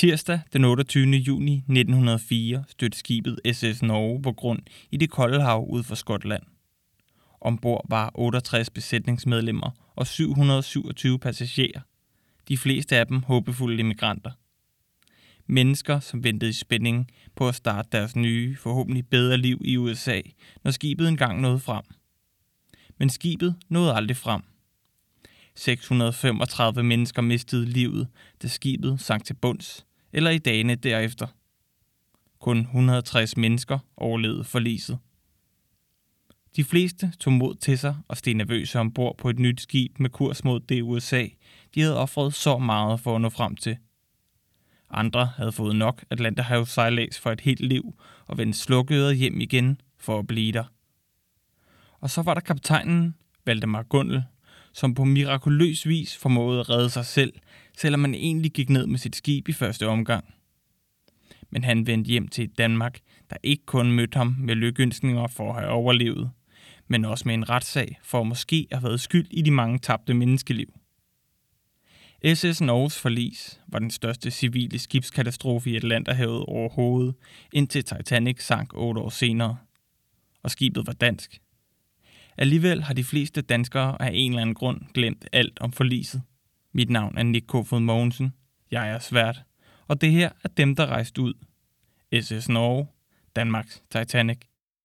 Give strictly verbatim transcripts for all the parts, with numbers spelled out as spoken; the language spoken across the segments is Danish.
Tirsdag den otteogtyvende juni nitten hundrede og fire stødte skibet S S Norge på grund i det kolde hav ud for Skotland. Ombord var otteogtres besætningsmedlemmer og syv hundrede og syvogtyve passagerer, de fleste af dem håbefulde immigranter. Mennesker, som ventede i spænding på at starte deres nye, forhåbentlig bedre liv i U S A, når skibet engang nåede frem. Men skibet nåede aldrig frem. seks hundrede og femogtredive mennesker mistede livet, da skibet sank til bunds, eller i dagene derefter. Kun et hundrede og tres mennesker overlevede forliset. De fleste tog mod til sig og steg nervøse ombord på et nyt skib med kurs mod det U S A, de havde ofret så meget for at nå frem til. Andre havde fået nok Atlanterhavssejlads for et helt liv og vendte slukøret hjem igen for at blive der. Og så var der kaptajnen, Valdemar Gundel, som på mirakuløs vis formåede at redde sig selv, selvom man egentlig gik ned med sit skib i første omgang. Men han vendte hjem til et Danmark, der ikke kun mødte ham med lykønskninger for at have overlevet, men også med en retssag for at måske have været skyld i de mange tabte menneskeliv. S S Norges forlis var den største civile skibskatastrofe i Atlanterhavet overhovedet, indtil Titanic sank otte år senere. Og skibet var dansk. Alligevel har de fleste danskere af en eller anden grund glemt alt om forliset. Mit navn er Nick Kofod Mogensen. Jeg er svært. Og det her er dem, der rejste ud. S S Norge, Danmarks Titanic.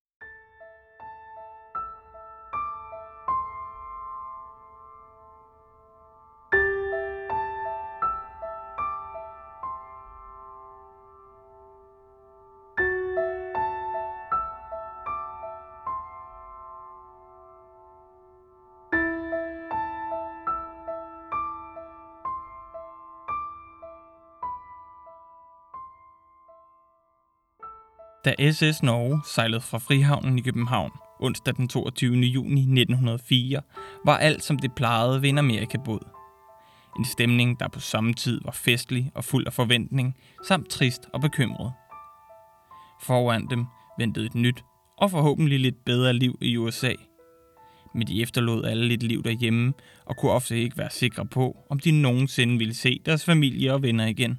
Da S S Norge sejlede fra Frihavnen i København onsdag den toogtyvende juni nitten hundrede og fire, var alt som det plejede ved en amerikabåd. En stemning, der på samme tid var festlig og fuld af forventning, samt trist og bekymret. Foran dem ventede et nyt og forhåbentlig lidt bedre liv i U S A. Men de efterlod alle lidt liv derhjemme og kunne ofte ikke være sikre på, om de nogensinde ville se deres familie og venner igen.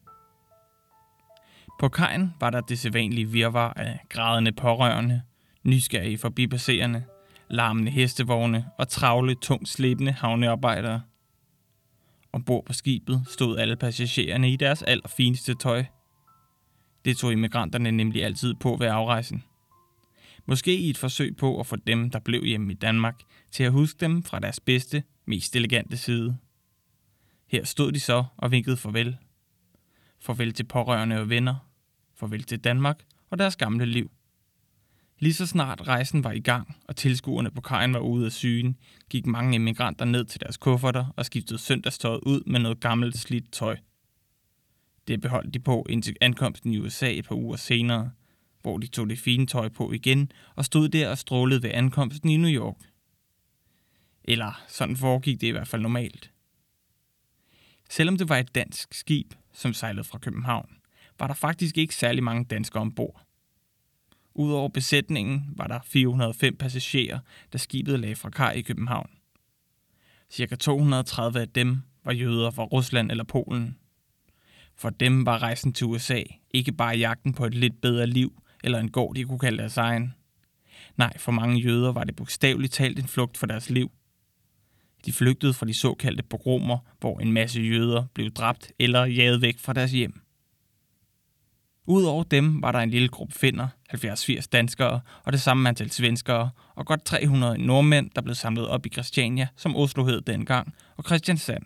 På kajen var der det sædvanlige virvar af grædende pårørende, nysgerrige forbipasserende, larmende hestevogne og travle, tungt slæbende havnearbejdere. Ombord på skibet stod alle passagererne i deres allerfineste tøj. Det tog immigranterne nemlig altid på ved afrejsen. Måske i et forsøg på at få dem, der blev hjemme i Danmark, til at huske dem fra deres bedste, mest elegante side. Her stod de så og vinkede farvel. Farvel til pårørende og venner. Farvel til Danmark og deres gamle liv. Lige så snart rejsen var i gang, og tilskuerne på kajen var ude af syne, gik mange immigranter ned til deres kufferter og skiftede søndagstøjet ud med noget gammelt slidt tøj. Det beholdt de på indtil ankomsten i U S A et par uger senere, hvor de tog det fine tøj på igen og stod der og strålede ved ankomsten i New York. Eller sådan foregik det i hvert fald normalt. Selvom det var et dansk skib, som sejlede fra København, var der faktisk ikke særlig mange danskere ombord. Udover besætningen var der fire hundrede og fem passagerer, da skibet lagde fra kaj i København. Cirka to hundrede og tredive af dem var jøder fra Rusland eller Polen. For dem var rejsen til U S A ikke bare jagten på et lidt bedre liv eller en gård, de kunne kalde deres egen. Nej, for mange jøder var det bogstaveligt talt en flugt for deres liv. De flygtede fra de såkaldte pogromer, hvor en masse jøder blev dræbt eller jaget væk fra deres hjem. Udover dem var der en lille gruppe finner, halvfjerds til firs danskere og det samme antal svenskere, og godt tre hundrede nordmænd, der blev samlet op i Christiania, som Oslo hed dengang, og Kristiansand.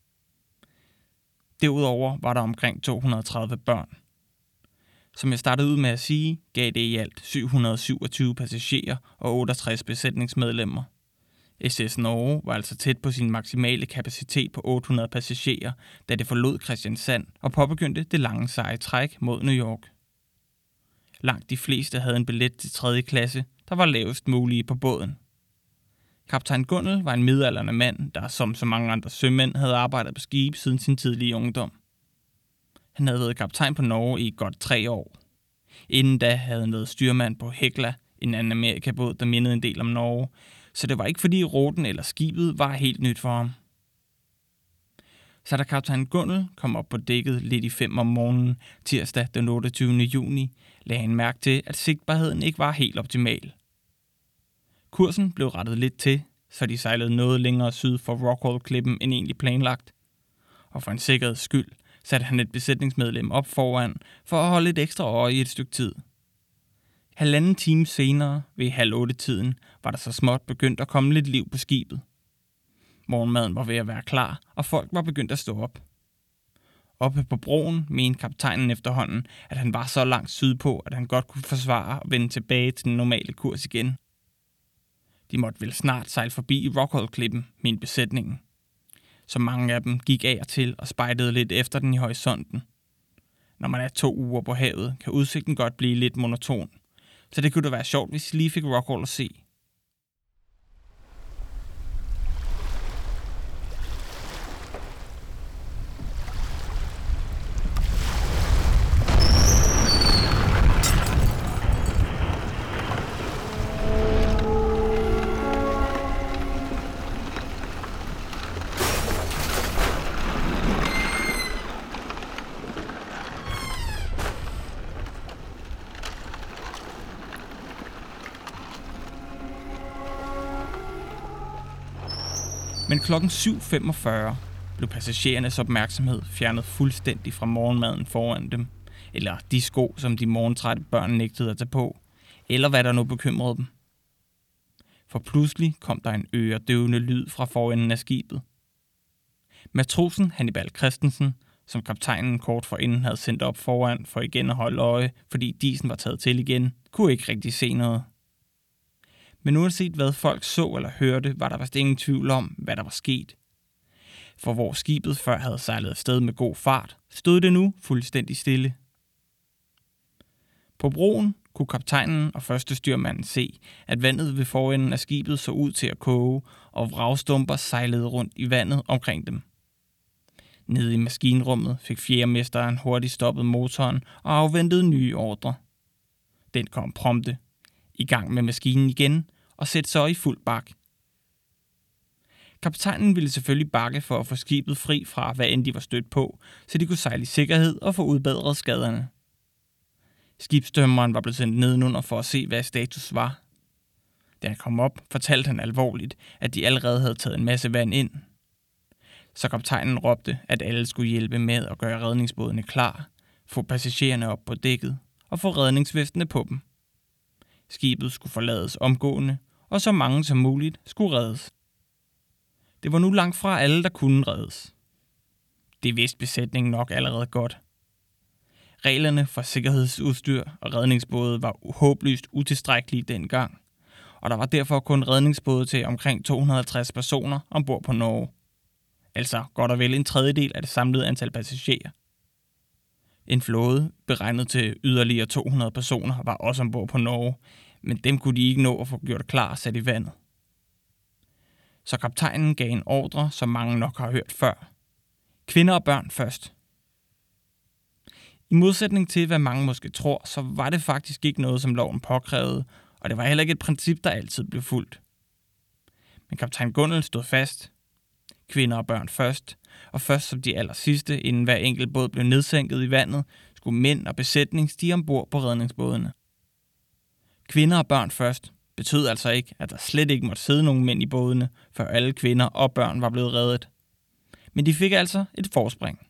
Derudover var der omkring to hundrede og tredive børn. Som jeg startede ud med at sige, gav det i alt syv hundrede og syvogtyve passagerer og otteogtres besætningsmedlemmer. S S Norge var altså tæt på sin maksimale kapacitet på otte hundrede passagerer, da det forlod Kristiansand og påbegyndte det lange seje træk mod New York. Langt de fleste havde en billet til tredje klasse, der var lavest mulige på båden. Kaptajn Gundel var en midaldrende mand, der som så mange andre sømænd havde arbejdet på skib siden sin tidlige ungdom. Han havde været kaptajn på Norge i godt tre år. Inden da havde han været styrmand på Hekla, en anden amerikabåd, der mindede en del om Norge, så det var ikke fordi ruten eller skibet var helt nyt for ham. Så da kaptajn Gunnel kom op på dækket lidt i fem om morgenen tirsdag den otteogtyvende juni, lagde han mærke til, at sigtbarheden ikke var helt optimal. Kursen blev rettet lidt til, så de sejlede noget længere syd for Rockwall-klippen end egentlig planlagt. Og for en sikkerheds skyld satte han et besætningsmedlem op foran for at holde et ekstra øje i et stykke tid. Halvanden time senere, ved halv otte-tiden, var der så småt begyndt at komme lidt liv på skibet. Morgenmaden var ved at være klar, og folk var begyndt at stå op. Oppe på broen mente kaptajnen efterhånden, at han var så langt sydpå, at han godt kunne forsvare og vende tilbage til den normale kurs igen. De måtte vel snart sejle forbi Rockwall-klippen, mente besætningen. Så mange af dem gik af og til og spejdede lidt efter den i horisonten. Når man er to uger på havet, kan udsigten godt blive lidt monoton, så det kunne da være sjovt, hvis I lige fik Rockwall at se. Men klokken syv femogfyrre blev passagerernes opmærksomhed fjernet fuldstændig fra morgenmaden foran dem, eller de sko, som de morgentrætte børn nægtede at tage på, eller hvad der nu bekymrede dem. For pludselig kom der en øredøvende lyd fra forenden af skibet. Matrosen Hannibal Christensen, som kaptajnen kort forinden havde sendt op foran for igen at holde øje, fordi disen var taget til igen, kunne ikke rigtig se noget. Men uanset hvad folk så eller hørte, var der vist ingen tvivl om, hvad der var sket. For hvor skibet før havde sejlet afsted med god fart, stod det nu fuldstændig stille. På broen kunne kaptajnen og første styrmanden se, at vandet ved forenden af skibet så ud til at koge, og vragstumper sejlede rundt i vandet omkring dem. Nede i maskinrummet fik fjermesteren hurtigt stoppet motoren og afventede nye ordre. Den kom prompte. I gang med maskinen igen og sætte så i fuld bak. Kaptajnen ville selvfølgelig bakke for at få skibet fri fra, hvad end de var stødt på, så de kunne sejle i sikkerhed og få udbedret skaderne. Skibstømmeren var blevet sendt nedenunder for at se, hvad status var. Da han kom op, fortalte han alvorligt, at de allerede havde taget en masse vand ind. Så kaptajnen råbte, at alle skulle hjælpe med at gøre redningsbådene klar, få passagererne op på dækket og få redningsvestene på dem. Skibet skulle forlades omgående, og så mange som muligt skulle reddes. Det var nu langt fra alle, der kunne reddes. Det vidste besætningen nok allerede godt. Reglerne for sikkerhedsudstyr og redningsbåde var håbløst utilstrækkelige dengang, og der var derfor kun redningsbåde til omkring to hundrede og halvtreds personer ombord på Norge. Altså godt og vel en tredjedel af det samlede antal passagerer. En flåde, beregnet til yderligere to hundrede personer, var også ombord på Norge, men dem kunne de ikke nå at få gjort klar og sat i vandet. Så kaptajnen gav en ordre, som mange nok har hørt før. Kvinder og børn først. I modsætning til, hvad mange måske tror, så var det faktisk ikke noget, som loven påkrævede, og det var heller ikke et princip, der altid blev fulgt. Men kaptajn Gunnel stod fast. Kvinder og børn først, og først som de aller sidste, inden hver enkelt båd blev nedsænket i vandet, skulle mænd og besætning stige ombord på redningsbådene. Kvinder og børn først betød altså ikke, at der slet ikke måtte sidde nogen mænd i bådene, før alle kvinder og børn var blevet reddet. Men de fik altså et forspring.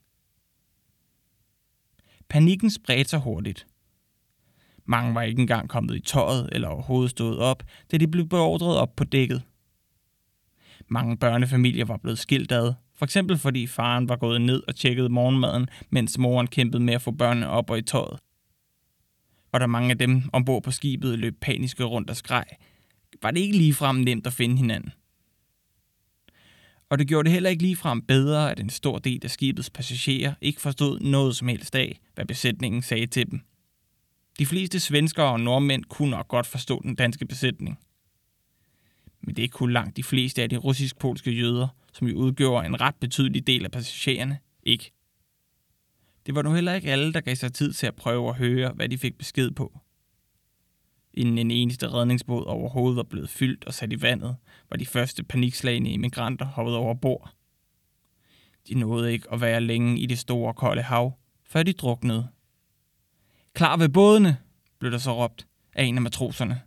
Panikken spredte sig hurtigt. Mange var ikke engang kommet i tøjet eller overhovedet stået op, da de blev beordret op på dækket. Mange børnefamilier var blevet skilt ad, for eksempel fordi faren var gået ned og tjekkede morgenmaden, mens moren kæmpede med at få børnene op og i tøjet. Og da mange af dem ombord på skibet løb paniske rundt og skreg, var det ikke ligefrem nemt at finde hinanden. Og det gjorde det heller ikke ligefrem bedre, at en stor del af skibets passagerer ikke forstod noget som helst af, hvad besætningen sagde til dem. De fleste svenskere og nordmænd kunne nok godt forstå den danske besætning. Men det kunne langt de fleste af de russisk-polske jøder, som jo udgjorde en ret betydelig del af passagererne, ikke. Det var nu heller ikke alle, der gav sig tid til at prøve at høre, hvad de fik besked på. Inden en eneste redningsbåd overhovedet var blevet fyldt og sat i vandet, var de første panikslagne immigranter hoppet over bord. De nåede ikke at være længe i det store kolde hav, før de druknede. Klar ved bådene, blev der så råbt af en af matroserne.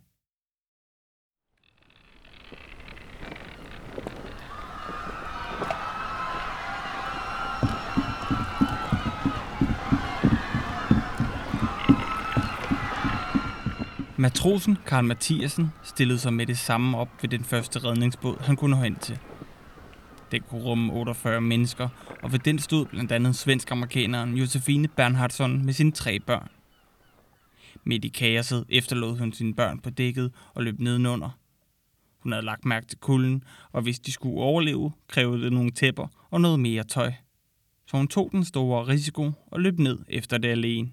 Matrosen Karl Mathiasen stillede sig med det samme op ved den første redningsbåd, han kunne nå hen til. Den kunne rumme otteogfyrre mennesker, og ved den stod blandt andet svensk-amerikaneren Josefine Bernhardsson med sine tre børn. Midt i kaoset efterlod hun sine børn på dækket og løb nedenunder. Hun havde lagt mærke til kulden, og hvis de skulle overleve, krævede det nogle tæpper og noget mere tøj. Så hun tog den store risiko og løb ned efter det alene.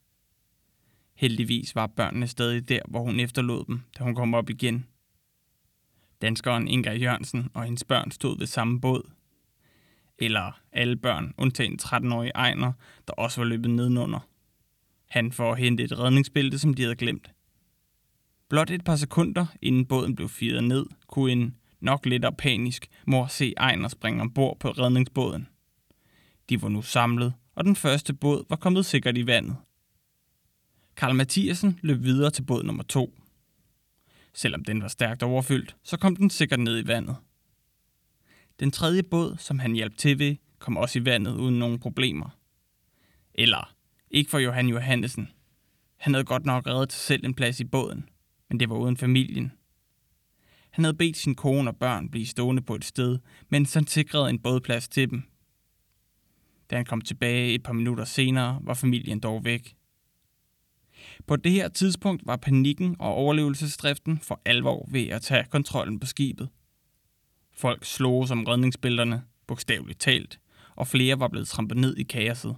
Heldigvis var børnene stadig der, hvor hun efterlod dem, da hun kom op igen. Danskeren Inger Jørgensen og hendes børn stod ved samme båd. Eller alle børn, undtagen tretten-årige Ejner, der også var løbet nedenunder. Han for at hente et redningsbælte, som de havde glemt. Blot et par sekunder, inden båden blev firet ned, kunne en, nok lettere panisk, mor se Ejner springe ombord på redningsbåden. De var nu samlet, og den første båd var kommet sikkert i vandet. Karl Mathiasen løb videre til båd nummer to. Selvom den var stærkt overfyldt, så kom den sikkert ned i vandet. Den tredje båd, som han hjalp til ved, kom også i vandet uden nogen problemer. Eller, ikke for Johan Johannesen. Han havde godt nok reddet sig selv en plads i båden, men det var uden familien. Han havde bedt sin kone og børn blive stående på et sted, mens han sikrede en bådplads til dem. Da han kom tilbage et par minutter senere, var familien dog væk. På det her tidspunkt var panikken og overlevelsesdriften for alvor ved at tage kontrollen på skibet. Folk slog som redningsbælterne, bogstaveligt talt, og flere var blevet trampet ned i kaoset.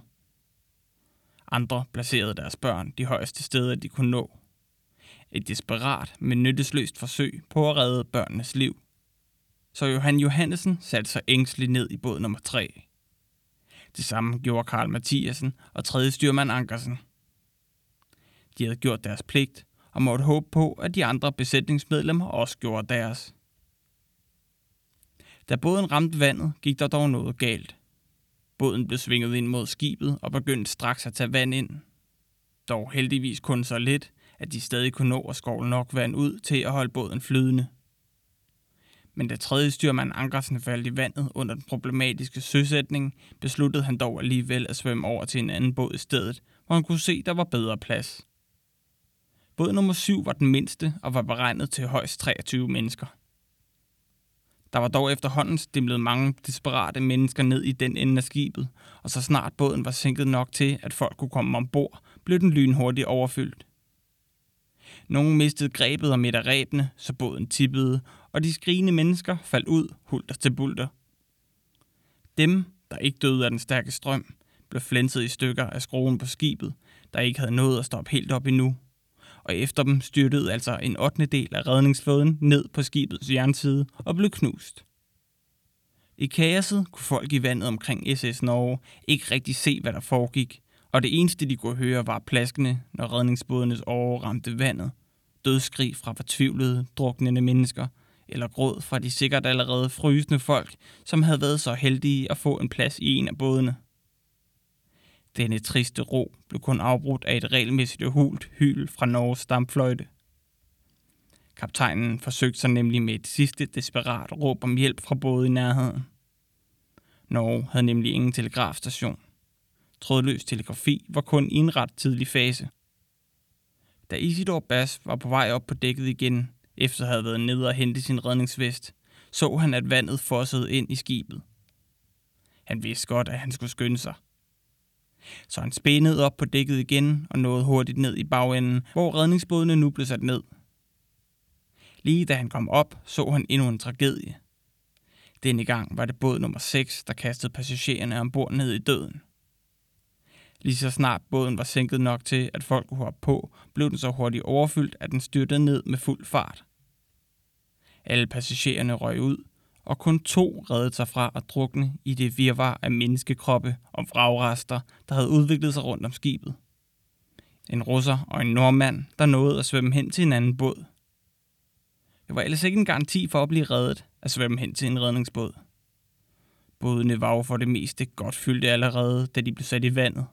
Andre placerede deres børn de højeste steder, de kunne nå. Et desperat, men nyttesløst forsøg på at redde børnenes liv. Så Johan Johannesen satte sig ængstligt ned i båd nummer tre. Det samme gjorde Karl Mathiasen og tredje styrmand Ankersen. De havde gjort deres pligt og måtte håbe på, at de andre besætningsmedlemmer også gjorde deres. Da båden ramte vandet, gik der dog noget galt. Båden blev svinget ind mod skibet og begyndte straks at tage vand ind. Dog heldigvis kun så lidt, at de stadig kunne nå at skovle nok vand ud til at holde båden flydende. Men da tredje styrmand Ankersen faldt i vandet under den problematiske søsætning, besluttede han dog alligevel at svømme over til en anden båd i stedet, hvor han kunne se, der var bedre plads. Båd nummer syv var den mindste og var beregnet til højst treogtyve mennesker. Der var dog efterhånden stimlet mange desperate mennesker ned i den ende af skibet, og så snart båden var sænket nok til, at folk kunne komme ombord, blev den lynhurtigt overfyldt. Nogle mistede grebet om et af rebene, så båden tippede, og de skrigende mennesker faldt ud hulter til bulter. Dem, der ikke døde af den stærke strøm, blev flænset i stykker af skruen på skibet, der ikke havde nået at stoppe helt op endnu. Og efter dem styrtede altså en ottende del af redningsflåden ned på skibets jernside og blev knust. I kaoset kunne folk i vandet omkring S S Norge ikke rigtig se, hvad der foregik, og det eneste, de kunne høre, var plaskene, når redningsbådenes årer ramte vandet, dødsskrig fra fortvivlede, druknende mennesker, eller gråd fra de sikkert allerede frysende folk, som havde været så heldige at få en plads i en af bådene. Denne triste ro blev kun afbrudt af et regelmæssigt hult hyl fra Norges dampfløjte. Kaptajnen forsøgte sig nemlig med et sidste desperat råb om hjælp fra både i nærheden. Norge havde nemlig ingen telegrafstation. Trådløs telegrafi var kun i en ret tidlig fase. Da Isidor Bass var på vej op på dækket igen, efter at have været nede og hente sin redningsvest, så han, at vandet fossede ind i skibet. Han vidste godt, at han skulle skynde sig. Så han spændede op på dækket igen og nåede hurtigt ned i bagenden, hvor redningsbådene nu blev sat ned. Lige da han kom op, så han endnu en tragedie. Denne gang var det båd nummer seks, der kastede passagererne ombord ned i døden. Lige så snart båden var sænket nok til, at folk kunne hoppe på, blev den så hurtigt overfyldt, at den styrtede ned med fuld fart. Alle passagererne røg ud, og kun to reddede sig fra at drukne i det virvar af menneskekroppe og vragrester, der havde udviklet sig rundt om skibet. En russer og en nordmand, der nåede at svømme hen til en anden båd. Det var ellers ikke en garanti for at blive reddet at svømme hen til en redningsbåd. Bådene var jo for det meste godt fyldte allerede, da de blev sat i vandet.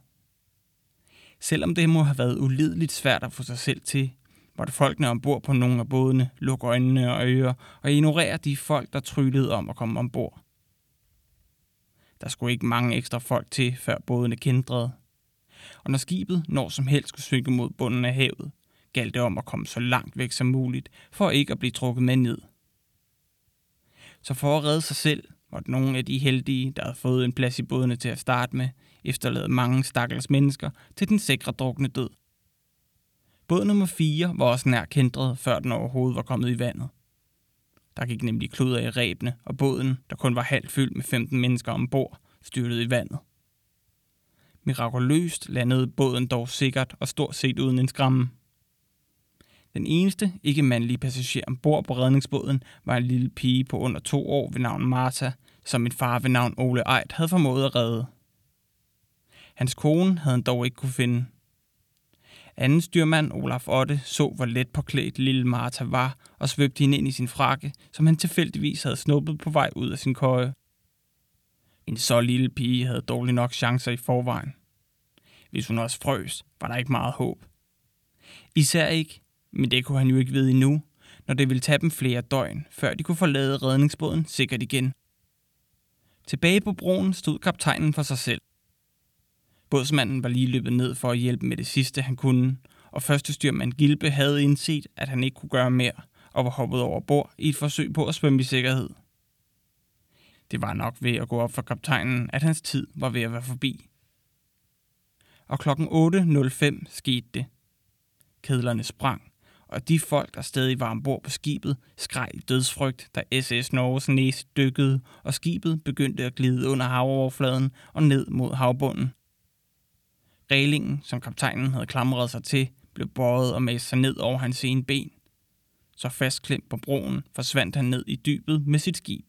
Selvom det må have været ulideligt svært at få sig selv til, måtte folkene ombord på nogle af bådene lukke øjnene og ører og ignorere de folk, der tryllede om at komme ombord. Der skulle ikke mange ekstra folk til, før bådene kændrede. Og når skibet når som helst skulle synke mod bunden af havet, galt det om at komme så langt væk som muligt, for ikke at blive trukket med ned. Så for at redde sig selv, måtte nogle af de heldige, der havde fået en plads i bådene til at starte med, efterlade mange stakkels mennesker til den sikre drukne død. Båd nummer fire var også nær kæntret, før den overhovedet var kommet i vandet. Der gik nemlig kluder i rebene, og båden, der kun var halvt fyldt med femten mennesker ombord, styrtede i vandet. Mirakuløst landede båden dog sikkert og stort set uden en skramme. Den eneste ikke-mandlige passager ombord på redningsbåden var en lille pige på under to år ved navn Martha, som en far ved navn Ole Eid havde formået at redde. Hans kone havde han dog ikke kunne finde. Anden styrmand, Olaf Otte, så hvor let påklædt lille Martha var og svøbte hende ind i sin frakke, som han tilfældigvis havde snuppet på vej ud af sin køje. En så lille pige havde dårligt nok chancer i forvejen. Hvis hun også frøs, var der ikke meget håb. Især ikke, men det kunne han jo ikke vide endnu, når det ville tage dem flere døgn, før de kunne forlade redningsbåden sikkert igen. Tilbage på broen stod kaptajnen for sig selv. Bådsmanden var lige løbet ned for at hjælpe med det sidste, han kunne, og første styrmand Gilbe havde indset, at han ikke kunne gøre mere, og var hoppet over bord i et forsøg på at svømme i sikkerhed. Det var nok ved at gå op for kaptajnen, at hans tid var ved at være forbi. Og klokken otte nul fem skete det. Kedlerne sprang, og de folk, der stadig var ombord på skibet, skreg i dødsfrygt, da S S Norges næse dykkede, og skibet begyndte at glide under havoverfladen og ned mod havbunden. Rælingen, som kaptajnen havde klamret sig til, blev bøjet og mast sig ned over hans ene ben. Så fastklemt på broen forsvandt han ned i dybet med sit skib.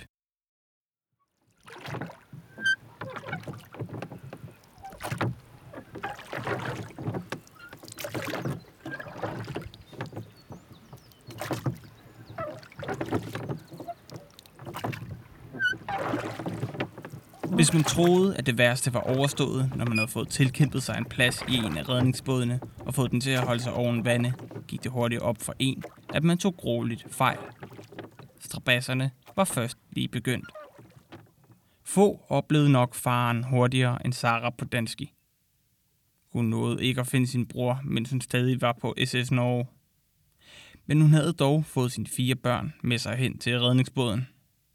Hvis man troede, at det værste var overstået, når man havde fået tilkæmpet sig en plads i en af redningsbådene og fået den til at holde sig oven vande, gik det hurtigt op for en, at man tog grueligt fejl. Strabasserne var først lige begyndt. Få oplevede nok faren hurtigere end Sara Podanski. Hun nåede ikke at finde sin bror, mens hun stadig var på S S Norge. Men hun havde dog fået sine fire børn med sig hen til redningsbåden.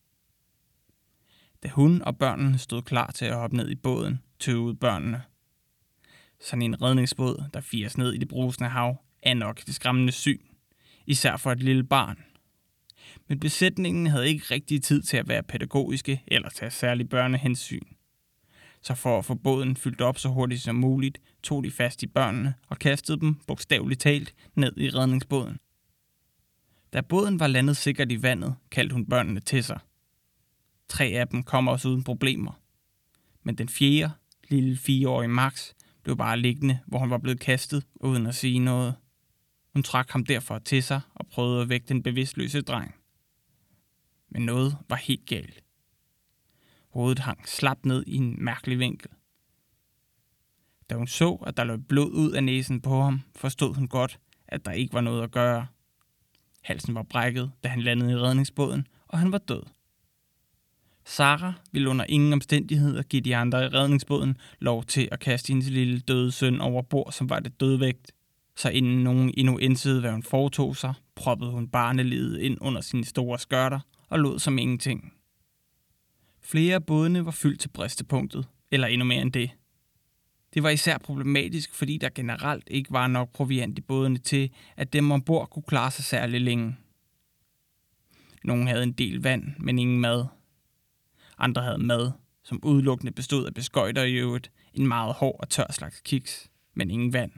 Da hun og børnene stod klar til at hoppe ned i båden, tøvede børnene. Sådan en redningsbåd, der firs ned i det brusende hav, er nok det skræmmende syn, især for et lille barn. Men besætningen havde ikke rigtig tid til at være pædagogiske eller tage særlig børnehensyn. Så for at få båden fyldt op så hurtigt som muligt, tog de fast i børnene og kastede dem, bogstaveligt talt, ned i redningsbåden. Da båden var landet sikkert i vandet, kaldte hun børnene til sig. Tre af dem kom også uden problemer. Men den fjerde, lille fireårige Max, blev bare liggende, hvor han var blevet kastet, uden at sige noget. Hun trak ham derfor til sig og prøvede at vække den bevidstløse dreng. Men noget var helt galt. Hovedet hang slapt ned i en mærkelig vinkel. Da hun så, at der løb blod ud af næsen på ham, forstod hun godt, at der ikke var noget at gøre. Halsen var brækket, da han landede i redningsbåden, og han var død. Sara ville under ingen omstændigheder give de andre i redningsbåden lov til at kaste hendes lille døde søn over bord, som var det dødvægt. Så inden nogen endnu indsede, hvad hun foretog sig, proppede hun barnelivet ind under sine store skørter og lod som ingenting. Flere af bådene var fyldt til bristepunktet, eller endnu mere end det. Det var især problematisk, fordi der generelt ikke var nok proviant i bådene til, at dem ombord kunne klare sig særlig længe. Nogle havde en del vand, men ingen mad. Andre havde mad, som udelukkende bestod af beskøjter i øvrigt, en meget hård og tør slags kiks, men ingen vand.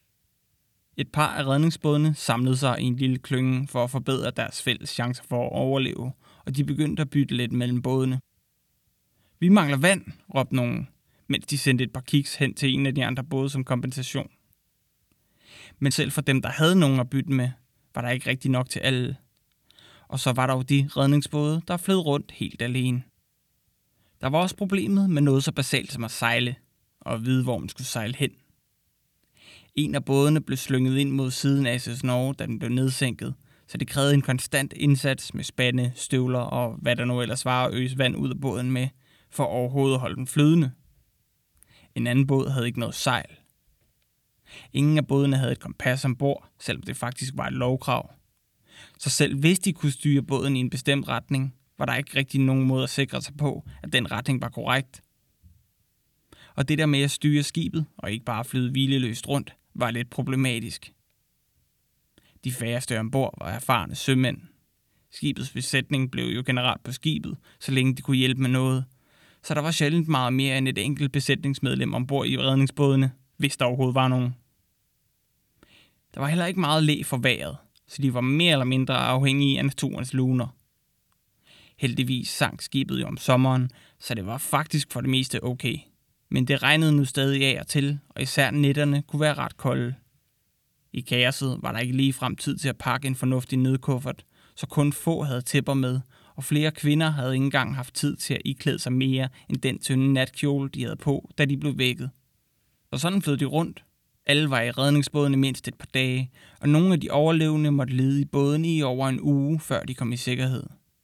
Et par af redningsbådene samlede sig i en lille klynge for at forbedre deres fælles chancer for at overleve, og de begyndte at bytte lidt mellem bådene. Vi mangler vand, råbte nogen, mens de sendte et par kiks hen til en af de andre både som kompensation. Men selv for dem, der havde nogen at bytte med, var der ikke rigtig nok til alle. Og så var der jo de redningsbåde, der flød rundt helt alene. Der var også problemet med noget så basalt som at sejle, og at vide, hvor man skulle sejle hen. En af bådene blev slynget ind mod siden af S S Norge, da den blev nedsænket, så det krævede en konstant indsats med spande, støvler og hvad der nu ellers var at øse vand ud af båden med, for overhovedet at holde den flydende. En anden båd havde ikke noget sejl. Ingen af bådene havde et kompas ombord, selvom det faktisk var et lovkrav. Så selv hvis de kunne styre båden i en bestemt retning, var der ikke rigtig nogen måde at sikre sig på, at den retning var korrekt. Og det der med at styre skibet, og ikke bare flyde hvileløst rundt, var lidt problematisk. De færreste ombord var erfarne sømænd. Skibets besætning blev jo generelt på skibet, så længe de kunne hjælpe med noget. Så der var sjældent meget mere end et enkelt besætningsmedlem ombord i redningsbådene, hvis der overhovedet var nogen. Der var heller ikke meget læ for vejret, så de var mere eller mindre afhængige af naturens luner. Heldigvis sank skibet jo om sommeren, så det var faktisk for det meste okay. Men det regnede nu stadig af og til, og især nætterne kunne være ret kolde. I kaoset var der ikke ligefrem tid til at pakke en fornuftig nødkuffert, så kun få havde tæpper med, og flere kvinder havde ikke engang haft tid til at iklæde sig mere end den tynde natkjole, de havde på, da de blev vækket. Og sådan flød de rundt. Alle var i redningsbåden i mindst et par dage, og nogle af de overlevende måtte lede i båden i over en uge, før de kom i sikkerhed.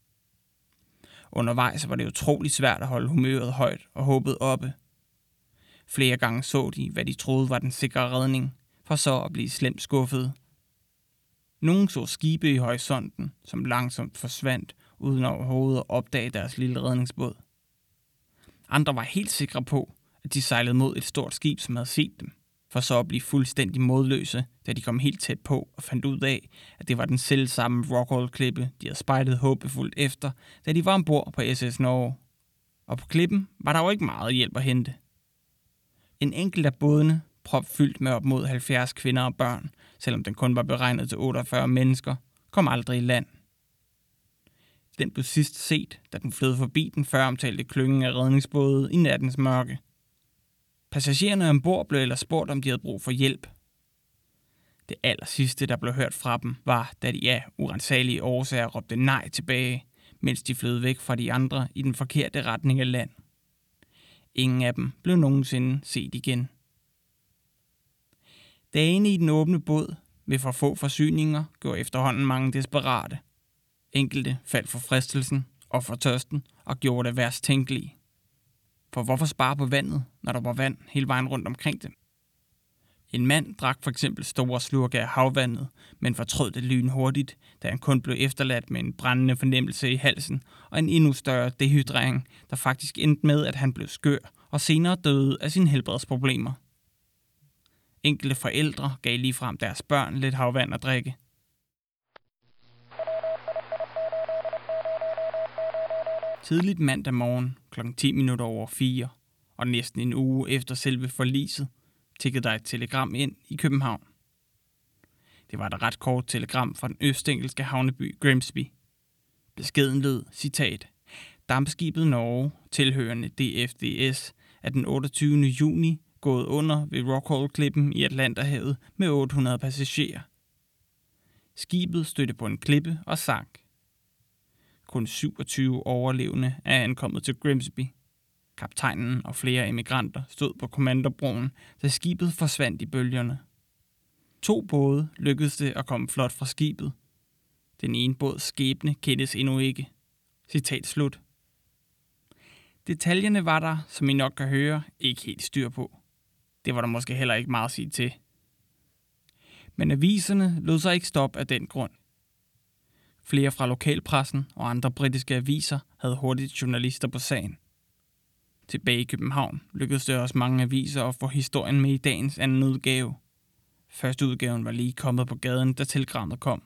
Undervejs var det utroligt svært at holde humøret højt og håbet oppe. Flere gange så de, hvad de troede var den sikre redning, for så at blive slemt skuffede. Nogle så skibe i horisonten, som langsomt forsvandt, uden overhovedet at opdage deres lille redningsbåd. Andre var helt sikre på, at de sejlede mod et stort skib, som havde set dem, for så at blive fuldstændig modløse, da de kom helt tæt på og fandt ud af, at det var den selv samme Rockall-klippe, de havde spejdet håbefuldt efter, da de var ombord på S S Norge. Og på klippen var der jo ikke meget hjælp at hente. En enkelt af bådene, propfyldt med op mod halvfjerds kvinder og børn, selvom den kun var beregnet til otteogfyrre mennesker, kom aldrig i land. Den blev sidst set, da den flød forbi den før omtalte klynge af redningsbåde i nattens mørke. Passagererne ombord blev ellers spurgt, om de havde brug for hjælp. Det aller sidste, der blev hørt fra dem, var, da de af urensagelige årsager råbte nej tilbage, mens de flød væk fra de andre i den forkerte retning af land. Ingen af dem blev nogensinde set igen. Dagene i den åbne båd, med for få forsyninger, gjorde efterhånden mange desperate. Enkelte faldt for fristelsen og for tørsten og gjorde det værst tænkelige. For hvorfor spare på vandet, når der var vand hele vejen rundt omkring dem? En mand drak for eksempel store slurke af havvandet, men fortrød det lynhurtigt, da han kun blev efterladt med en brændende fornemmelse i halsen og en endnu større dehydrering, der faktisk endte med, at han blev skør og senere døde af sine helbredsproblemer. Enkelte forældre gav ligefrem deres børn lidt havvand at drikke. Tidligt mandag morgen klokken ti minutter over fire, og næsten en uge efter selve forliset, tikkede der et telegram ind i København. Det var et ret kort telegram fra den østengelske havneby Grimsby. Beskeden lød, citat, dampskibet Norge, tilhørende D F D S, er den otteogtyvende juni gået under ved Rockall-klippen i Atlanterhavet med otte hundrede passagerer. Skibet stødte på en klippe og sank. Kun syvogtyve overlevende er ankommet til Grimsby. Kaptajnen og flere emigranter stod på kommandobroen, da skibet forsvandt i bølgerne. To både lykkedes det at komme flot fra skibet. Den ene båds skæbne kendes endnu ikke. Citat slut. Detaljerne var der, som I nok kan høre, ikke helt styr på. Det var der måske heller ikke meget at sige til. Men aviserne lod sig ikke stoppe af den grund. Flere fra lokalpressen og andre britiske aviser havde hurtigt journalister på sagen. Tilbage i København lykkedes det også mange aviser at få historien med i dagens anden udgave. Første udgaven var lige kommet på gaden, da telegrammet kom.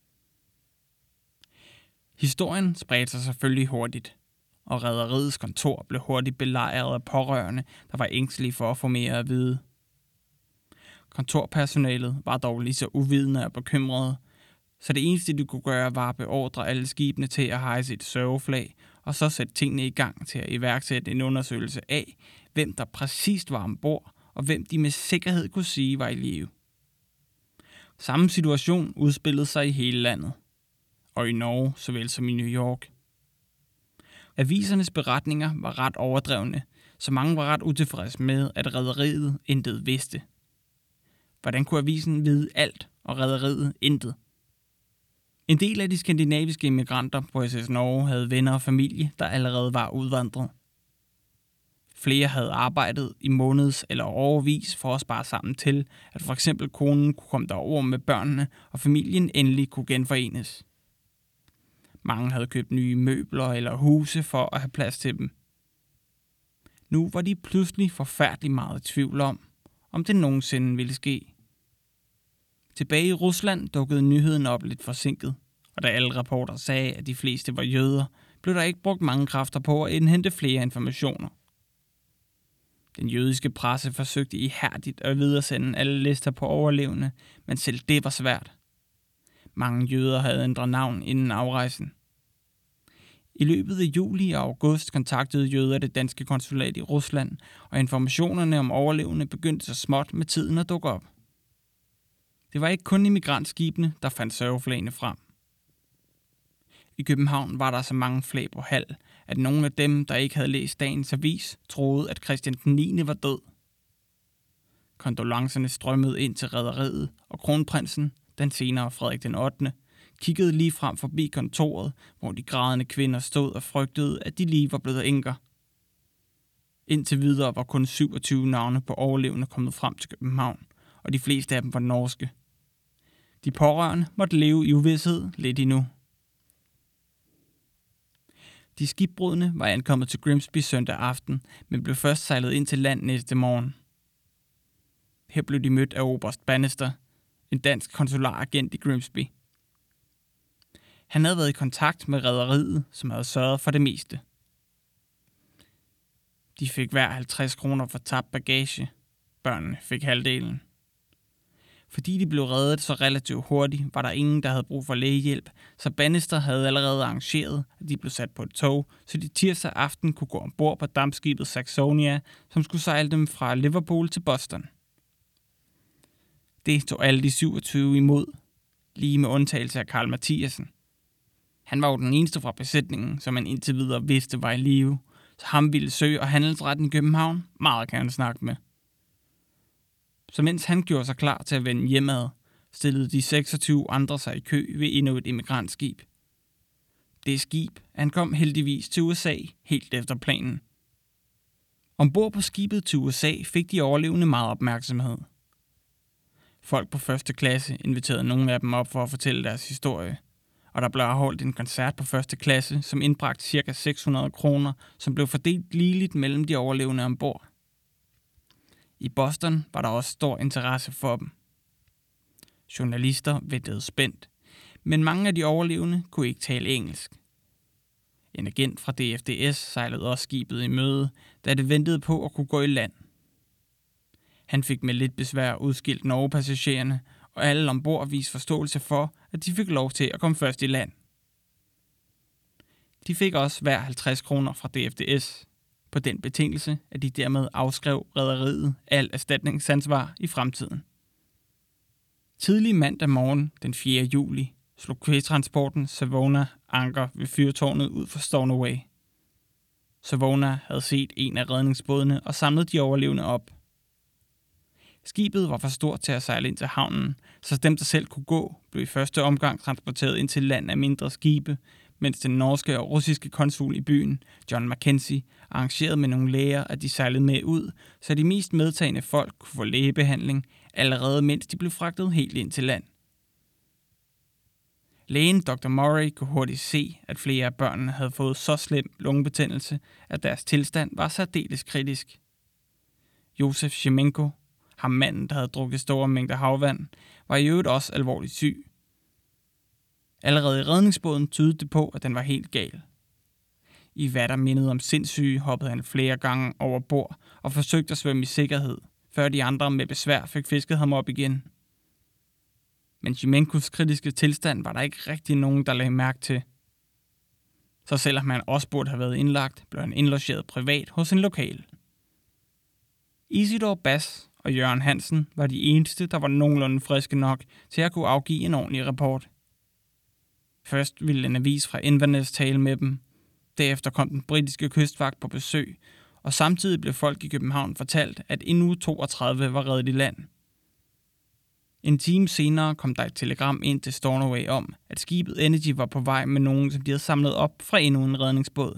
Historien spredte sig selvfølgelig hurtigt, og rederiets kontor blev hurtigt belejret af pårørende, der var ængstelige for at få mere at vide. Kontorpersonalet var dog lige så uvidende og bekymrede, så det eneste, de kunne gøre, var at beordre alle skibene til at hejse et sørgeflag, og så sætte tingene i gang til at iværksætte en undersøgelse af, hvem der præcist var ombord, og hvem de med sikkerhed kunne sige var i live. Samme situation udspillede sig i hele landet, og i Norge såvel som i New York. Avisernes beretninger var ret overdrevne, så mange var ret utilfredse med, at rederiet intet vidste. Hvordan kunne avisen vide alt, og rederiet intet? En del af de skandinaviske immigranter på S S Norge havde venner og familie, der allerede var udvandret. Flere havde arbejdet i måneds- eller årevis for at spare sammen til, at for eksempel konen kunne komme derover med børnene, og familien endelig kunne genforenes. Mange havde købt nye møbler eller huse for at have plads til dem. Nu var de pludselig forfærdeligt meget i tvivl om, om det nogensinde ville ske. Tilbage i Rusland dukkede nyheden op lidt forsinket, og da alle rapporter sagde, at de fleste var jøder, blev der ikke brugt mange kræfter på at indhente flere informationer. Den jødiske presse forsøgte ihærdigt at videresende alle lister på overlevende, men selv det var svært. Mange jøder havde ændret navn inden afrejsen. I løbet af juli og august kontaktede jøder det danske konsulat i Rusland, og informationerne om overlevende begyndte så småt med tiden at dukke op. Det var ikke kun immigrantskibene, der fandt sørgeflagene frem. I København var der så mange flag på halv, at nogle af dem, der ikke havde læst dagens avis, troede, at Christian den niende var død. Kondolencerne strømmede ind til rederiet, og kronprinsen, den senere Frederik den ottende, kiggede lige frem forbi kontoret, hvor de grædende kvinder stod og frygtede, at de lige var blevet enker. Indtil videre var kun syvogtyve navne på overlevende kommet frem til København, og de fleste af dem var norske. De pårørende måtte leve i uvished lidt endnu. De skibbrudne var ankommet til Grimsby søndag aften, men blev først sejlet ind til land næste morgen. Her blev de mødt af oberst Bannister, en dansk konsularagent i Grimsby. Han havde været i kontakt med rederiet, som havde sørget for det meste. De fik hver halvtreds kroner for tabt bagage. Børnene fik halvdelen. Fordi de blev reddet så relativt hurtigt, var der ingen, der havde brug for lægehjælp, så Bannister havde allerede arrangeret, at de blev sat på et tog, så de tirsdag aften kunne gå ombord på dampskibet Saxonia, som skulle sejle dem fra Liverpool til Boston. Det tog alle de syvogtyve imod, lige med undtagelse af Karl Mathiasen. Han var jo den eneste fra besætningen, som man indtil videre vidste var i live, så ham ville Sø- og Handelsretten i København meget gerne snakke med. Så mens han gjorde sig klar til at vende hjemad, stillede de seksogtyve andre sig i kø ved endnu et immigrantskib. Det skib ankom heldigvis til U S A helt efter planen. Ombord på skibet til U S A fik de overlevende meget opmærksomhed. Folk på første klasse inviterede nogle af dem op for at fortælle deres historie, og der blev afholdt en koncert på første klasse, som indbragte ca. seks hundrede kroner, som blev fordelt ligeligt mellem de overlevende ombord. I Boston var der også stor interesse for dem. Journalister ventede spændt, men mange af de overlevende kunne ikke tale engelsk. En agent fra D F D S sejlede også skibet i møde, da det ventede på at kunne gå i land. Han fik med lidt besvær udskilt Norge-passagererne, og alle ombord viste forståelse for, at de fik lov til at komme først i land. De fik også hver halvtreds kroner fra D F D S, på den betingelse, at de dermed afskrev rederiet al erstatningsansvar i fremtiden. Tidlig mandag morgen den fjerde juli slog kvægtransporten Savona anker ved fyrtårnet ud for Stornoway. Savona havde set en af redningsbådene og samlet de overlevende op. Skibet var for stort til at sejle ind til havnen, så dem, der selv kunne gå, blev i første omgang transporteret ind til land af mindre skibe, mens den norske og russiske konsul i byen, John Mackenzie, arrangerede med nogle læger, at de sejlede med ud, så de mest medtagende folk kunne få lægebehandling, allerede mens de blev fragtet helt ind til land. Lægen doktor Murray kunne hurtigt se, at flere af børnene havde fået så slem lungebetændelse, at deres tilstand var særdeles kritisk. Josef Shemenko, ham manden, der havde drukket store mængder havvand, var i øvrigt også alvorligt syg. Allerede i redningsbåden tydede det på, at den var helt gal. I hvad der mindede om sindssyge, hoppede han flere gange over bord og forsøgte at svømme i sikkerhed, før de andre med besvær fik fisket ham op igen. Men Shemenkos kritiske tilstand var der ikke rigtig nogen, der lagde mærke til. Så selvom han også burde have været indlagt, blev han indlogeret privat hos en lokal. Isidor Bass og Jørgen Hansen var de eneste, der var nogenlunde friske nok til at kunne afgive en ordentlig rapport. Først ville en avis fra Inverness tale med dem, Derefter kom den britiske kystvagt på besøg, og samtidig blev folk i København fortalt, at endnu toogtredive var reddet i land. En time senere kom der et telegram ind til Stornoway om, at skibet Energy var på vej med nogen, som de havde samlet op fra endnu en redningsbåd.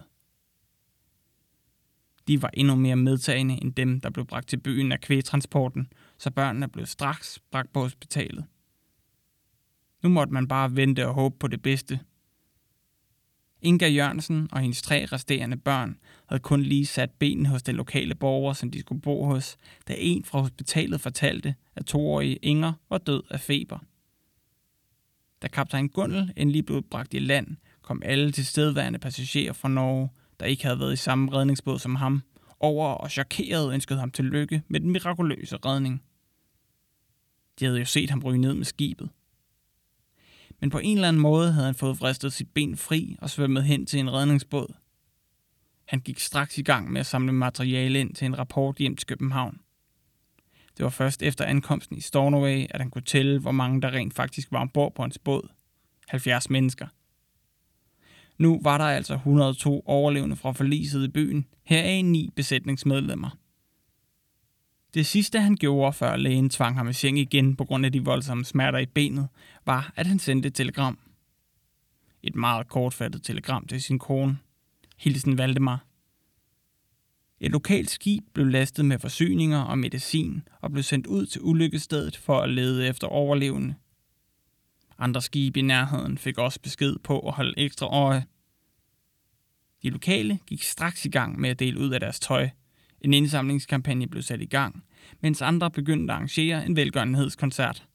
De var endnu mere medtagende end dem, der blev bragt til byen af kvægtransporten, så børnene blev straks bragt på hospitalet. Nu måtte man bare vente og håbe på det bedste. Inga Jørgensen og hendes tre resterende børn havde kun lige sat benene hos den lokale borger, som de skulle bo hos, da en fra hospitalet fortalte, at toårige Inger var død af feber. Da kaptajn Gundel endelig blev bragt i land, kom alle tilstedeværende passagerer fra Norge, der ikke havde været i samme redningsbåd som ham, over og chokeret ønskede ham tillykke med den mirakuløse redning. De havde jo set ham ryge ned med skibet. Men på en eller anden måde havde han fået vristet sit ben fri og svømmet hen til en redningsbåd. Han gik straks i gang med at samle materiale ind til en rapport hjem til København. Det var først efter ankomsten i Stornoway, at han kunne tælle, hvor mange der rent faktisk var ombord på hans båd. halvfjerds mennesker. Nu var der altså et hundrede og to overlevende fra forliset i byen, heraf ni besætningsmedlemmer. Det sidste han gjorde, før lægen tvang ham i seng igen på grund af de voldsomme smerter i benet, var, at han sendte et telegram. Et meget kortfattet telegram til sin kone. Hilsen Valdemar. Et lokalt skib blev lastet med forsyninger og medicin og blev sendt ud til ulykkesstedet for at lede efter overlevende. Andre skibe i nærheden fik også besked på at holde ekstra øje. De lokale gik straks i gang med at dele ud af deres tøj. En indsamlingskampagne blev sat i gang, mens andre begyndte at arrangere en velgørenhedskoncert.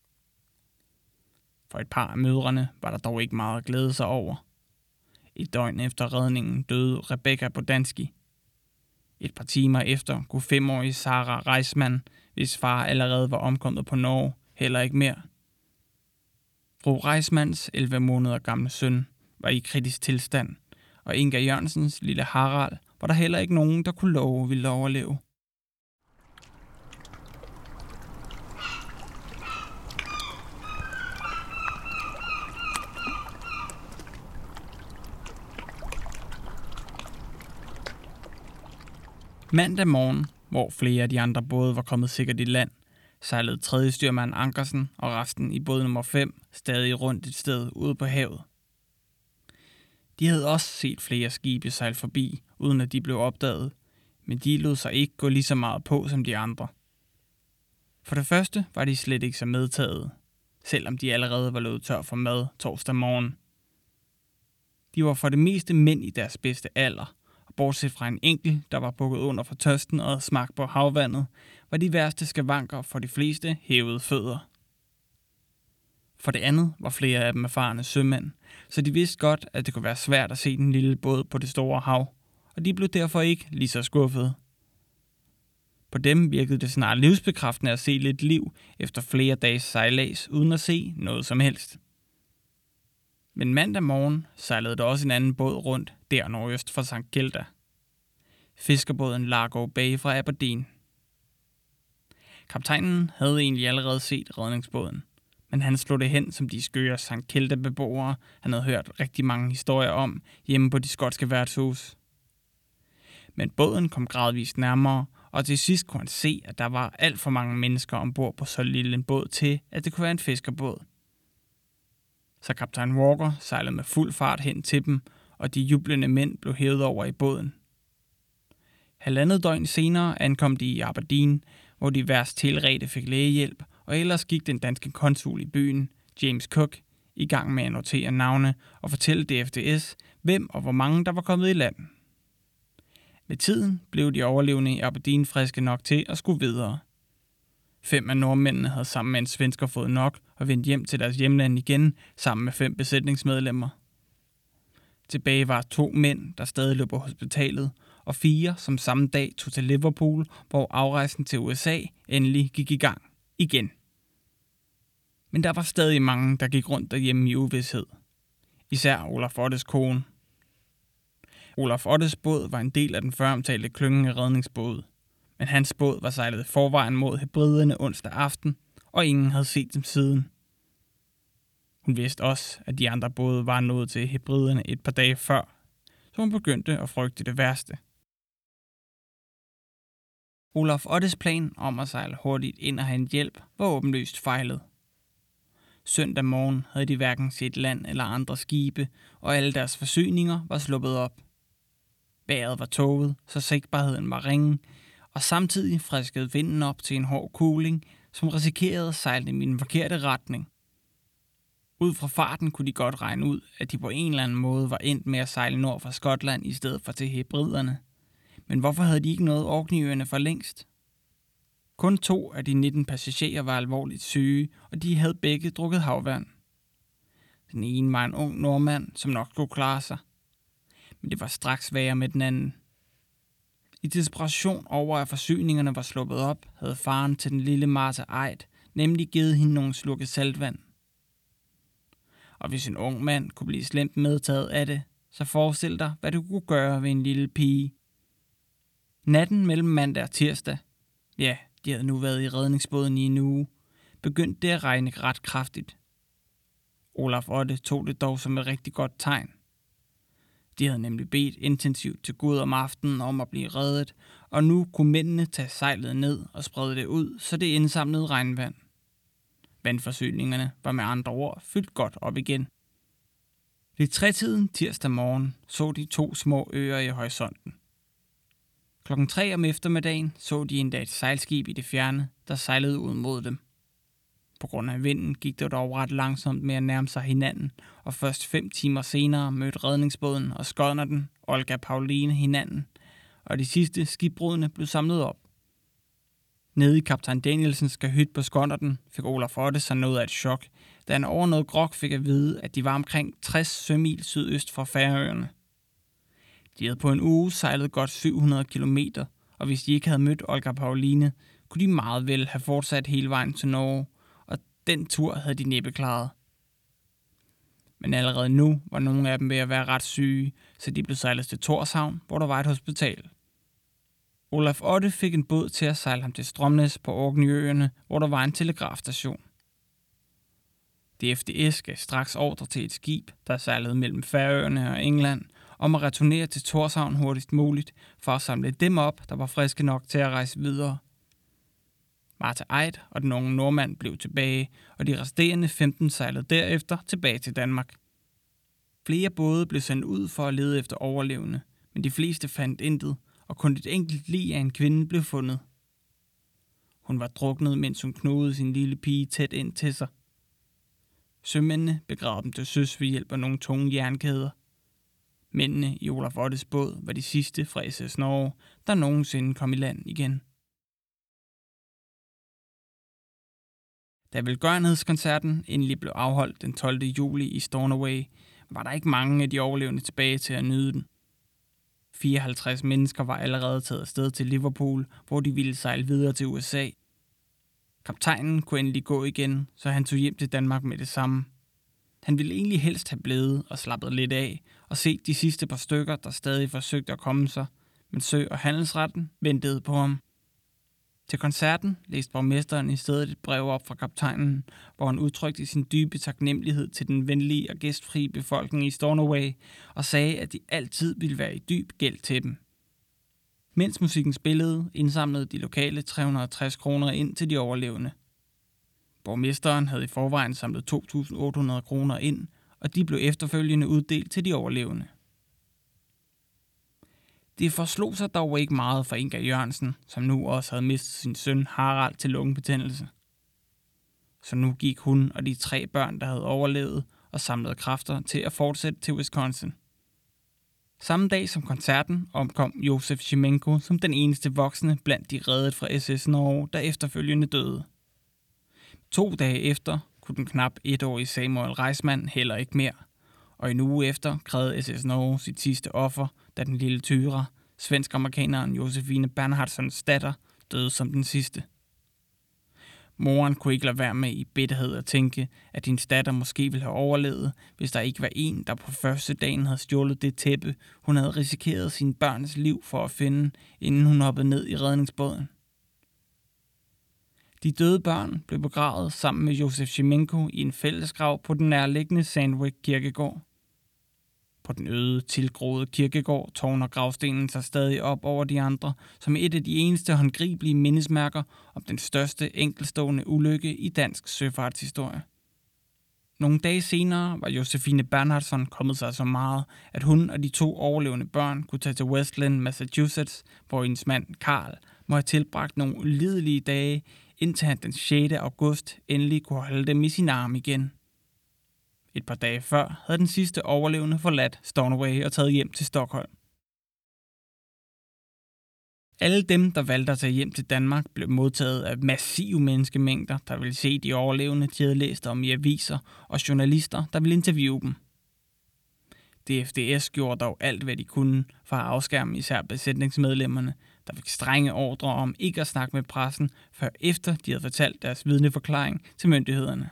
For et par af mødrene var der dog ikke meget at glæde sig over. Et døgn efter redningen døde Rebecca Bodanski. Et par timer efter kunne femårige Sarah Reisman, hvis far allerede var omkommet på Norge, heller ikke mere. Fru Reismans elleve måneder gamle søn var i kritisk tilstand, og Inga Jørgensens lille Harald var der heller ikke nogen, der kunne love ville overleve. Mandag morgen, hvor flere af de andre både var kommet sikkert i land, sejlede tredje styrmand Ankersen og resten i båd nummer fem stadig rundt et sted ude på havet. De havde også set flere skibe sejle forbi, uden at de blev opdaget, men de lod sig ikke gå lige så meget på som de andre. For det første var de slet ikke så medtaget, selvom de allerede var løbet tør for mad torsdag morgen. De var for det meste mænd i deres bedste alder, og bortset fra en enkelt, der var bukket under for tørsten og havde smagt på havvandet, var de værste skavanker for de fleste hævede fødder. For det andet var flere af dem erfarne sømænd, så de vidste godt, at det kunne være svært at se den lille båd på det store hav, og de blev derfor ikke lige så skuffede. På dem virkede det snart livsbekræftende at se lidt liv efter flere dages sejlads uden at se noget som helst. Men mandag morgen sejlede der også en anden båd rundt der nordøst fra Sankt Kilda. Fiskerbåden Largo Bay fra Aberdeen. Kaptajnen havde egentlig allerede set redningsbåden, men han slog det hen som de skøre Sankt Kilda-beboere, han havde hørt rigtig mange historier om hjemme på de skotske værtshus. Men båden kom gradvist nærmere, og til sidst kunne han se, at der var alt for mange mennesker ombord på så lille en båd til, at det kunne være en fiskerbåd. Så kaptajn Walker sejlede med fuld fart hen til dem, og de jublende mænd blev hævet over i båden. Halvandet døgn senere ankom de i Aberdeen, hvor de værst tilredte fik lægehjælp, og ellers gik den danske konsul i byen, James Cook, i gang med at notere navne og fortælle D F D S, hvem og hvor mange der var kommet i land. Med tiden blev de overlevende i Aberdeen friske nok til at skulle videre. Fem af nordmændene havde sammen med en svensker fået nok og vendt hjem til deres hjemland igen sammen med fem besætningsmedlemmer. Tilbage var to mænd, der stadig lå på hospitalet, og fire, som samme dag tog til Liverpool, hvor afrejsen til U S A endelig gik i gang igen. Men der var stadig mange, der gik rundt derhjemme i uvished. Især Olaf Ottes kone. Olaf Ottes båd var en del af den føromtalte klynge af redningsbåde, men hans båd var sejlet i forvejen mod Hebriderne onsdag aften, og ingen havde set dem siden. Hun vidste også, at de andre både var nået til Hebriderne et par dage før, så hun begyndte at frygte det værste. Olaf Ottes plan om at sejle hurtigt ind og hente hjælp var åbenlyst fejlet. Søndag morgen havde de hverken set land eller andre skibe, og alle deres forsyninger var sluppet op. Vejret var tåget, så sigtbarheden var ringe, og samtidig friskede vinden op til en hård kuling, som risikerede at sejle dem i den forkerte retning. Ud fra farten kunne de godt regne ud, at de på en eller anden måde var endt med at sejle nord fra Skotland i stedet for til Hebriderne. Men hvorfor havde de ikke nået Orkneyøerne for længst? Kun to af de nitten passagerer var alvorligt syge, og de havde begge drukket havvand. Den ene var en ung nordmand, som nok skulle klare sig. Men det var straks værre med den anden. I desperation over, at forsyningerne var sluppet op, havde faren til den lille Martha Eid nemlig givet hende nogle slukke saltvand. Og hvis en ung mand kunne blive slemt medtaget af det, så forestil dig, hvad du kunne gøre ved en lille pige. Natten mellem mandag og tirsdag, ja, de havde nu været i redningsbåden i en uge, begyndte det at regne ret kraftigt. Olaf Otte tog det dog som et rigtig godt tegn. De havde nemlig bedt intensivt til Gud om aftenen om at blive reddet, og nu kunne mændene tage sejlet ned og sprede det ud, så det indsamlede regnvand. Vandforsyningerne var med andre ord fyldt godt op igen. Ved tretiden tirsdag morgen så de to små øer i horisonten. Klokken tre om eftermiddagen så de endda et sejlskib i det fjerne, der sejlede ud mod dem. På grund af vinden gik det dog ret langsomt med at nærme sig hinanden, og først fem timer senere mødte redningsbåden og skøjternen Olga Pauline hinanden, og de sidste skibbrudne blev samlet op. Nede i kaptajn Danielsens kahyt på skøjternen fik Olaf Otte sig noget af et chok, da han over noget grog fik at vide, at de var omkring tres sømil sydøst fra Færøerne. De havde på en uge sejlet godt syv hundrede kilometer, og hvis de ikke havde mødt Olga Pauline, kunne de meget vel have fortsat hele vejen til Norge, og den tur havde de næppe klaret. Men allerede nu var nogle af dem ved at være ret syge, så de blev sejlet til Tórshavn, hvor der var et hospital. Olaf Otte fik en båd til at sejle ham til Stromness på Orkneyøerne, hvor der var en telegrafstation. D F D S gav straks ordre til et skib, der sejlede mellem Færøerne og England, om at returnere til Tórshavn hurtigst muligt, for at samle dem op, der var friske nok til at rejse videre. Martha Eid og den unge nordmand blev tilbage, og de resterende femten sejlede derefter tilbage til Danmark. Flere både blev sendt ud for at lede efter overlevende, men de fleste fandt intet, og kun et enkelt lig af en kvinde blev fundet. Hun var druknet, mens hun knugede sin lille pige tæt ind til sig. Sømændene begravede dem til søs ved hjælp af nogle tunge jernkæder. Mændene i Olaf Ottes båd var de sidste fra S S Norge, der nogensinde kom i land igen. Da velgørenhedskoncerten endelig blev afholdt den tolvte juli i Stornoway, var der ikke mange af de overlevende tilbage til at nyde den. fireoghalvtreds mennesker var allerede taget afsted til Liverpool, hvor de ville sejle videre til U S A. Kaptajnen kunne endelig gå igen, så han tog hjem til Danmark med det samme. Han ville egentlig helst have blevet og slappet lidt af og set de sidste par stykker, der stadig forsøgte at komme sig, men Sø- og Handelsretten ventede på ham. Til koncerten læste borgmesteren i stedet et brev op fra kaptajnen, hvor han udtrykte sin dybe taknemmelighed til den venlige og gæstfrie befolkning i Stornoway og sagde, at de altid ville være i dyb gæld til dem. Mens musikken spillede, indsamlede de lokale tre hundrede og tres kroner ind til de overlevende. Borgmesteren havde i forvejen samlet to tusind otte hundrede kroner ind, og de blev efterfølgende uddelt til de overlevende. Det forslog sig dog ikke meget for Inga Jørgensen, som nu også havde mistet sin søn Harald til lungebetændelse. Så nu gik hun og de tre børn, der havde overlevet, og samlede kræfter til at fortsætte til Wisconsin. Samme dag som koncerten omkom Josef Schimenko som den eneste voksne blandt de reddet fra S S Norge, der efterfølgende døde. To dage efter kunne den knap etårige Samuel Reisman heller ikke mere, og en uge efter krævede S S Norge sit sidste offer, da den lille Tyra, svensk-amerikaneren Josefine Bernhardssons datter, døde som den sidste. Moren kunne ikke lade være med i bitterhed at tænke, at hendes datter måske ville have overlevet, hvis der ikke var en, der på første dagen havde stjålet det tæppe, hun havde risikeret sin børns liv for at finde, inden hun hoppede ned i redningsbåden. De døde børn blev begravet sammen med Josef Schimenko i en fællesgrav på den nærliggende Sandwick kirkegård. På den øde, tilgroede kirkegård tårner gravstenen sig stadig op over de andre, som et af de eneste håndgribelige mindesmærker om den største enkeltstående ulykke i dansk søfartshistorie. Nogle dage senere var Josefine Bernhardsson kommet sig så meget, at hun og de to overlevende børn kunne tage til Westland, Massachusetts, hvor hendes mand Carl må have tilbragt nogle ulidelige dage, indtil han den sjette august endelig kunne holde dem i sin arm igen. Et par dage før havde den sidste overlevende forladt Stornoway og taget hjem til Stockholm. Alle dem, der valgte at tage hjem til Danmark, blev modtaget af massive menneskemængder, der ville se de overlevende, de havde læst om i aviser, og journalister, der ville interviewe dem. D F D S gjorde dog alt, hvad de kunne for at afskærme især besætningsmedlemmerne, der fik strenge ordre om ikke at snakke med pressen, før efter de havde fortalt deres vidneforklaring til myndighederne.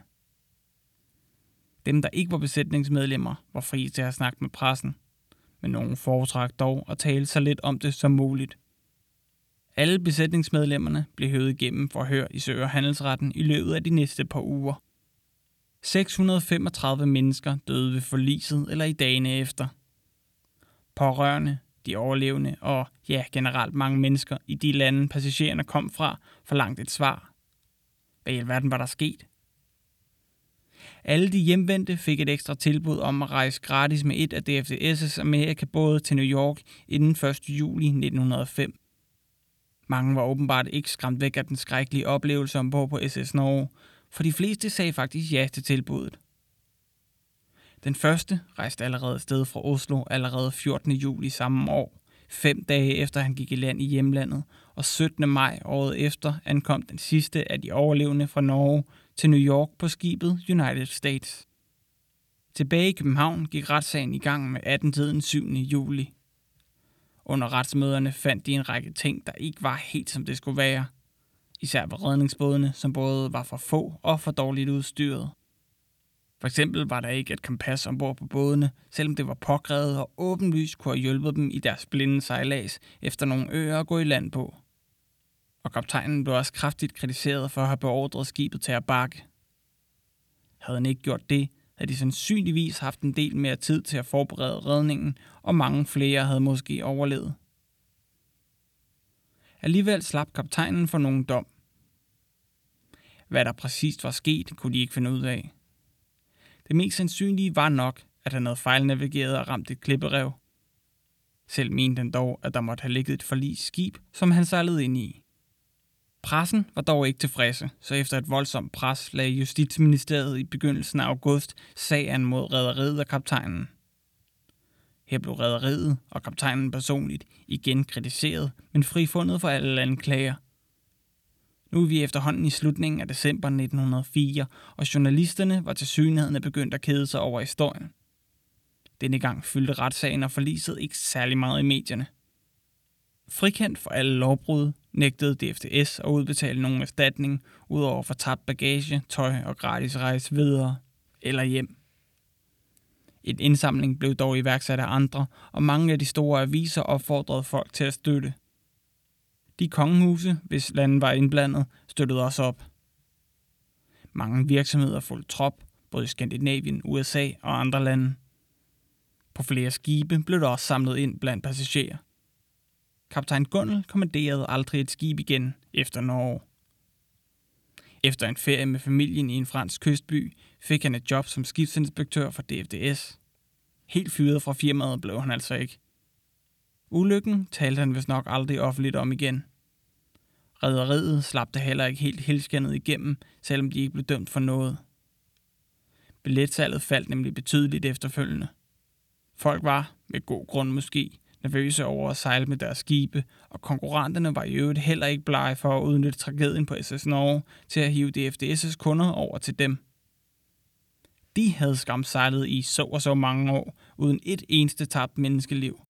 Dem, der ikke var besætningsmedlemmer, var fri til at snakke med pressen, men nogen foretrak dog at tale så lidt om det som muligt. Alle besætningsmedlemmerne blev hævet igennem forhør i Sø- og Handelsretten i løbet af de næste par uger. seks hundrede og femogtredive mennesker døde ved forliset eller i dagene efter. Pårørende, de overlevende og ja, generelt mange mennesker i de lande, passagererne kom fra, forlangte et svar. Hvad i alverden var der sket? Alle de hjemvendte fik et ekstra tilbud om at rejse gratis med et af D F D S' Amerikabåde til New York inden første juli nitten hundrede og fem. Mange var åbenbart ikke skræmt væk af den skrækkelige oplevelse ombord på S S Norge, for de fleste sagde faktisk ja til tilbuddet. Den første rejste allerede afsted fra Oslo allerede fjortende juli samme år, fem dage efter han gik i land i hjemlandet, og syttende maj året efter ankom den sidste af de overlevende fra Norge til New York på skibet United States. Tilbage i København gik retssagen i gang med atten-tiden syvende juli. Under retsmøderne fandt de en række ting, der ikke var helt som det skulle være. Især ved redningsbådene, som både var for få og for dårligt udstyret. For eksempel var der ikke et kompas ombord på bådene, selvom det var påkrævet og åbenlyst kunne have hjulpet dem i deres blinde sejlads efter nogle øer at gå i land på. Og kaptajnen blev også kraftigt kritiseret for at have beordret skibet til at bakke. Havde han ikke gjort det, havde de sandsynligvis haft en del mere tid til at forberede redningen, og mange flere havde måske overlevet. Alligevel slap kaptajnen for nogen dom. Hvad der præcist var sket, kunne de ikke finde ud af. Det mest sandsynlige var nok, at han havde fejlnavigeret og ramt et klipperev. Selv mente han dog, at der måtte have ligget et forlist skib, som han sejlede ind i. Pressen var dog ikke tilfredse, så efter et voldsomt pres lagde Justitsministeriet i begyndelsen af august sagen mod rederiet og kaptajnen. Her blev rederiet og kaptajnen personligt igen kritiseret, men frifundet for alle anklager. Nu er vi efterhånden i slutningen af december nitten hundrede og fire, og journalisterne var tilsyneladende begyndt at kede sig over historien. Denne gang fyldte retssagen og forliset ikke særlig meget i medierne. Frikendt for alle lovbrud, nægtede D F D S at udbetale nogen erstatning, udover for tabt bagage, tøj og gratis rejse videre eller hjem. En indsamling blev dog iværksat af andre, og mange af de store aviser opfordrede folk til at støtte. De kongehuse, hvis landet var indblandet, støttede også op. Mange virksomheder fulgte trop, både i Skandinavien, U S A og andre lande. På flere skibe blev der også samlet ind blandt passagerer. Kaptajn Gunnel kommanderede aldrig et skib igen efter Norge. Efter en ferie med familien i en fransk kystby, fik han et job som skibsinspektør for D F D S. Helt fyret fra firmaet blev han altså ikke. Ulykken talte han vist nok aldrig offentligt om igen. Rederiet slap det heller ikke helt helskindet igennem, selvom de ikke blev dømt for noget. Billetsalget faldt nemlig betydeligt efterfølgende. Folk var, med god grund måske, nervøse over at sejle med deres skibe, og konkurrenterne var i øvrigt heller ikke blege for at udnytte tragedien på S S Norge til at hive D F D S' kunder over til dem. De havde skam sejlet i så og så mange år, uden et eneste tabt menneskeliv.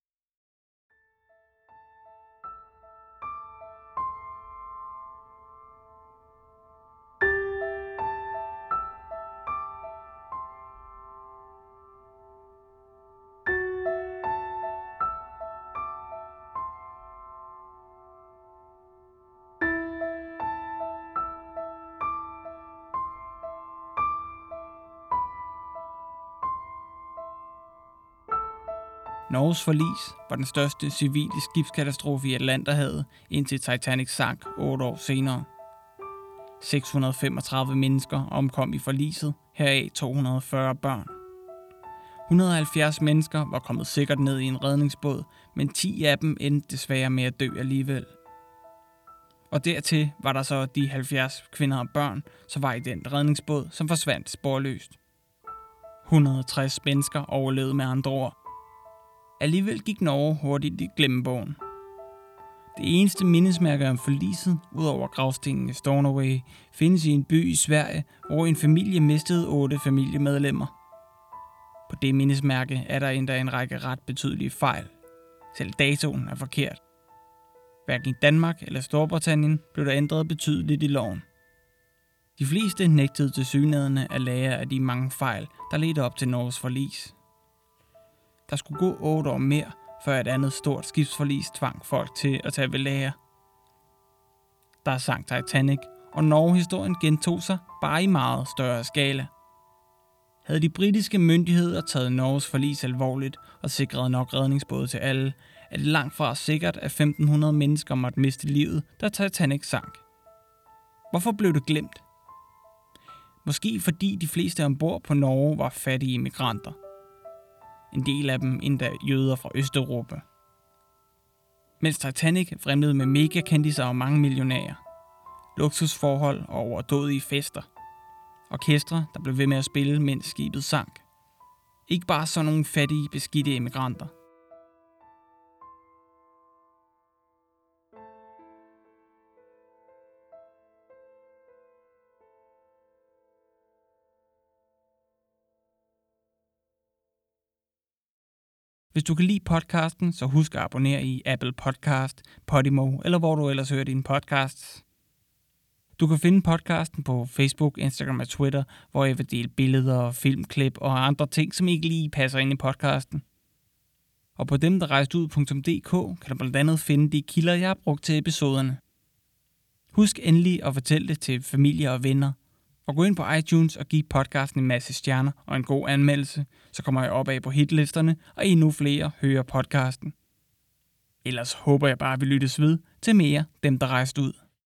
Norges forlis var den største civile skibskatastrofe i Atlanterhavet, indtil Titanic sank otte år senere. seks hundrede og femogtredive mennesker omkom i forliset, heraf to hundrede og fyrre børn. et hundrede og halvfjerds mennesker var kommet sikkert ned i en redningsbåd, men ti af dem endte desværre med at dø alligevel. Og dertil var der så de halvfjerds kvinder og børn, som var i den redningsbåd, som forsvandt sporløst. et hundrede og tres mennesker overlevede med andre ord. Alligevel gik Norge hurtigt i glemmebogen. Det eneste mindesmærke om forliset, udover gravstenen i Stornoway, findes i en by i Sverige, hvor en familie mistede otte familiemedlemmer. På det mindesmærke er der endda en række ret betydelige fejl. Selv datoen er forkert. Hverken i Danmark eller Storbritannien blev der ændret betydeligt i loven. De fleste nægtede tilsyneladende at lære af de mange fejl, der ledte op til Norges forlis. Der skulle gå otte år mere, før et andet stort skibsforlis tvang folk til at tage ved lære. Der sank Titanic, og Norge-historien gentog sig bare i meget større skala. Havde de britiske myndigheder taget Norges forlis alvorligt og sikret nok redningsbåde til alle, er det langt fra sikkert, at femten hundrede mennesker måtte miste livet, da Titanic sank. Hvorfor blev det glemt? Måske fordi de fleste ombord på Norge var fattige immigranter. En del af dem endda jøder fra Østeuropa. Mens Titanic vrimlede med megakendiser og mange millionærer. Luksusforhold og overdådige fester. Orkestre, der blev ved med at spille, mens skibet sank. Ikke bare sådan nogle fattige, beskidte immigranter. Hvis du kan lide podcasten, så husk at abonnere i Apple Podcast, Podimo eller hvor du ellers hører dine podcasts. Du kan finde podcasten på Facebook, Instagram og Twitter, hvor jeg vil dele billeder, filmklip og andre ting, som ikke lige passer ind i podcasten. Og på dem der rejste ud punktum d k kan du blandt andet finde de kilder, jeg har brugt til episoderne. Husk endelig at fortælle det til familie og venner. Og gå ind på iTunes og giv podcasten en masse stjerner og en god anmeldelse, så kommer jeg opad på hitlisterne, og endnu flere hører podcasten. Ellers håber jeg bare, at vi lyttes ved til mere Dem, der rejste ud.